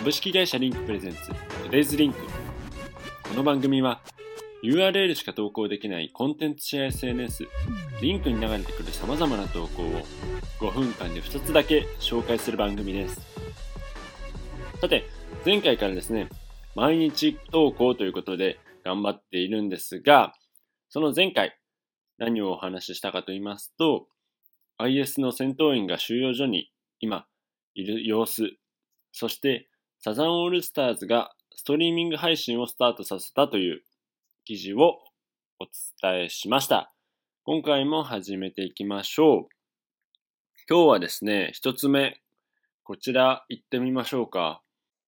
株式会社リンクプレゼンツトゥデイズリンク。この番組は URL しか投稿できないコンテンツシェア SNS リンクに流れてくる様々な投稿を5分間で2つだけ紹介する番組です。さて、前回からですね、毎日投稿ということで頑張っているんですが、その前回何をお話ししたかと言いますと、IS の戦闘員が収容所に今いる様子、そしてサザンオールスターズがストリーミング配信をスタートさせたという記事をお伝えしました。今回も始めていきましょう。今日はですね、一つ目、こちら行ってみましょうか。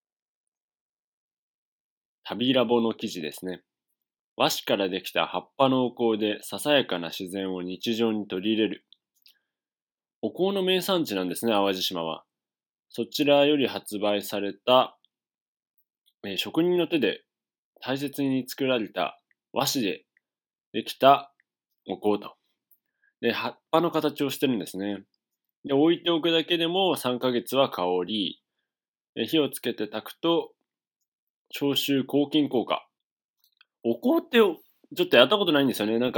旅ラボの記事ですね。和紙からできた葉っぱのお香でささやかな自然を日常に取り入れる。お香の名産地なんですね、淡路島は。そちらより発売された、職人の手で大切に作られた和紙でできたお香と。で、葉っぱの形をしてるんですね。で、置いておくだけでも3ヶ月は香り、火をつけて炊くと消臭抗菌効果。お香ってちょっとやったことないんですよね。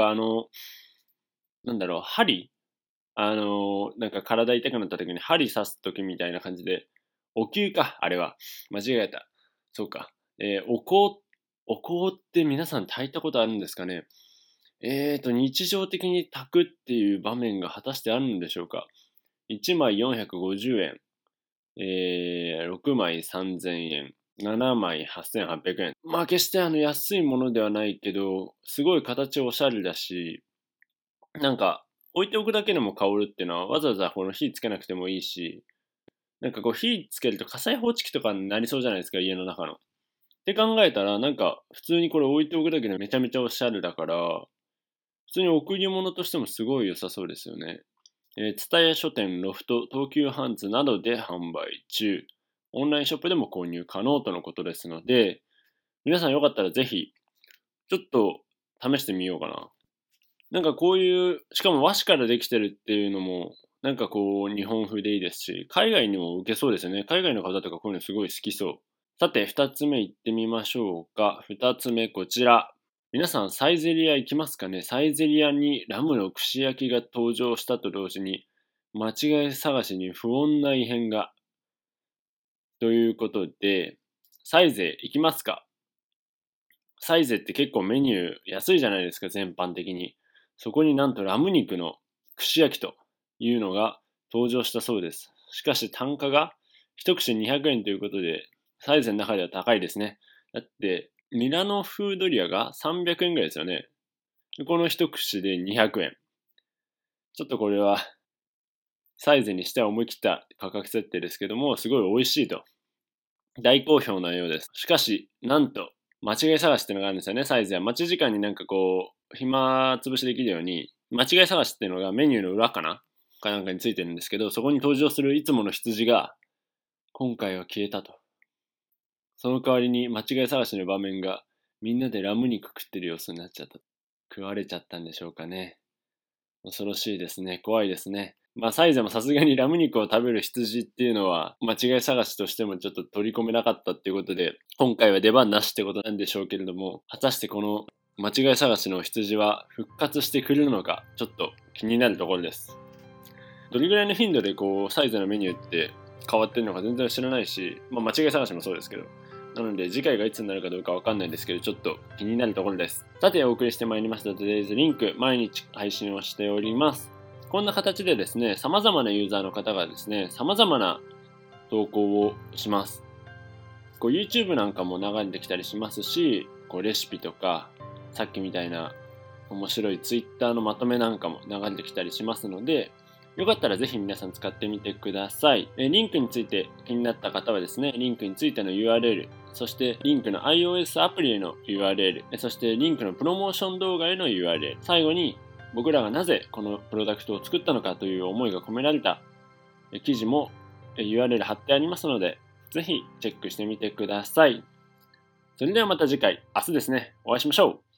針なんか体痛くなった時に針刺す時みたいな感じで、お灸か、あれは。間違えた。そうか。お香って皆さん炊いたことあるんですかね。日常的に炊くっていう場面が果たしてあるんでしょうか。1枚450円、6枚3000円、7枚8800円。まあ決して安いものではないけど、すごい形おしゃれだし、なんか置いておくだけでも香るっていうのはわざわざこの火つけなくてもいいし、なんかこう火つけると火災報知器とかになりそうじゃないですか、家の中の。って考えたら、なんか普通にこれ置いておくだけでめちゃめちゃおしゃれだから、普通に贈り物としてもすごい良さそうですよね。TSUTAYA書店、ロフト、東急ハンズなどで販売中。オンラインショップでも購入可能とのことですので、皆さんよかったらぜひ、ちょっと試してみようかな。なんかこういう、しかも和紙からできてるっていうのも、なんかこう日本風でいいですし、海外にも受けそうですよね。海外の方とかこういうのすごい好きそう。さて、二つ目行ってみましょうか。二つ目こちら。皆さんサイゼリア行きますかね。サイゼリアにラムの串焼きが登場したと同時に、間違い探しに不穏な異変が。ということで、サイゼ行きますか？サイゼって結構メニュー安いじゃないですか、全般的に。そこになんとラム肉の串焼きというのが登場したそうです。しかし単価が一串200円ということで、サイゼの中では高いですね。だって、ミラノフードリアが300円ぐらいですよね。この一串で200円。ちょっとこれは、サイゼにしては思い切った価格設定ですけども、すごい美味しいと。大好評なようです。しかし、なんと、間違い探しっていうのがあるんですよね、サイゼは。待ち時間になんかこう、暇つぶしできるように、間違い探しっていうのがメニューの裏かなんかについてるんですけど、そこに登場するいつもの羊が、今回は消えたと。その代わりに間違い探しの場面が、みんなでラム肉食ってる様子になっちゃった。食われちゃったんでしょうかね。恐ろしいですね。怖いですね。まあサイゼもさすがにラム肉を食べる羊っていうのは間違い探しとしてもちょっと取り込めなかったっていうことで、今回は出番なしってことなんでしょうけれども、果たしてこの間違い探しの羊は復活してくるのか、ちょっと気になるところです。どれぐらいの頻度でこうサイゼのメニューって変わってるのか全然知らないし、まあ間違い探しもそうですけど、なので次回がいつになるかどうかわかんないですけど、ちょっと気になるところです。さてお送りしてまいりました Today's Link、毎日配信をしております。こんな形でですね、様々なユーザーの方がですね、様々な投稿をします。こう YouTube なんかも流れてきたりしますし、こうレシピとか、さっきみたいな面白い Twitter のまとめなんかも流れてきたりしますので、よかったらぜひ皆さん使ってみてください。リンクについて気になった方はですね、リンクについての URL、そしてリンクの iOS アプリへの URL、そしてリンクのプロモーション動画への URL、最後に僕らがなぜこのプロダクトを作ったのかという思いが込められた記事も URL 貼ってありますので、ぜひチェックしてみてください。それではまた次回、明日ですね、お会いしましょう。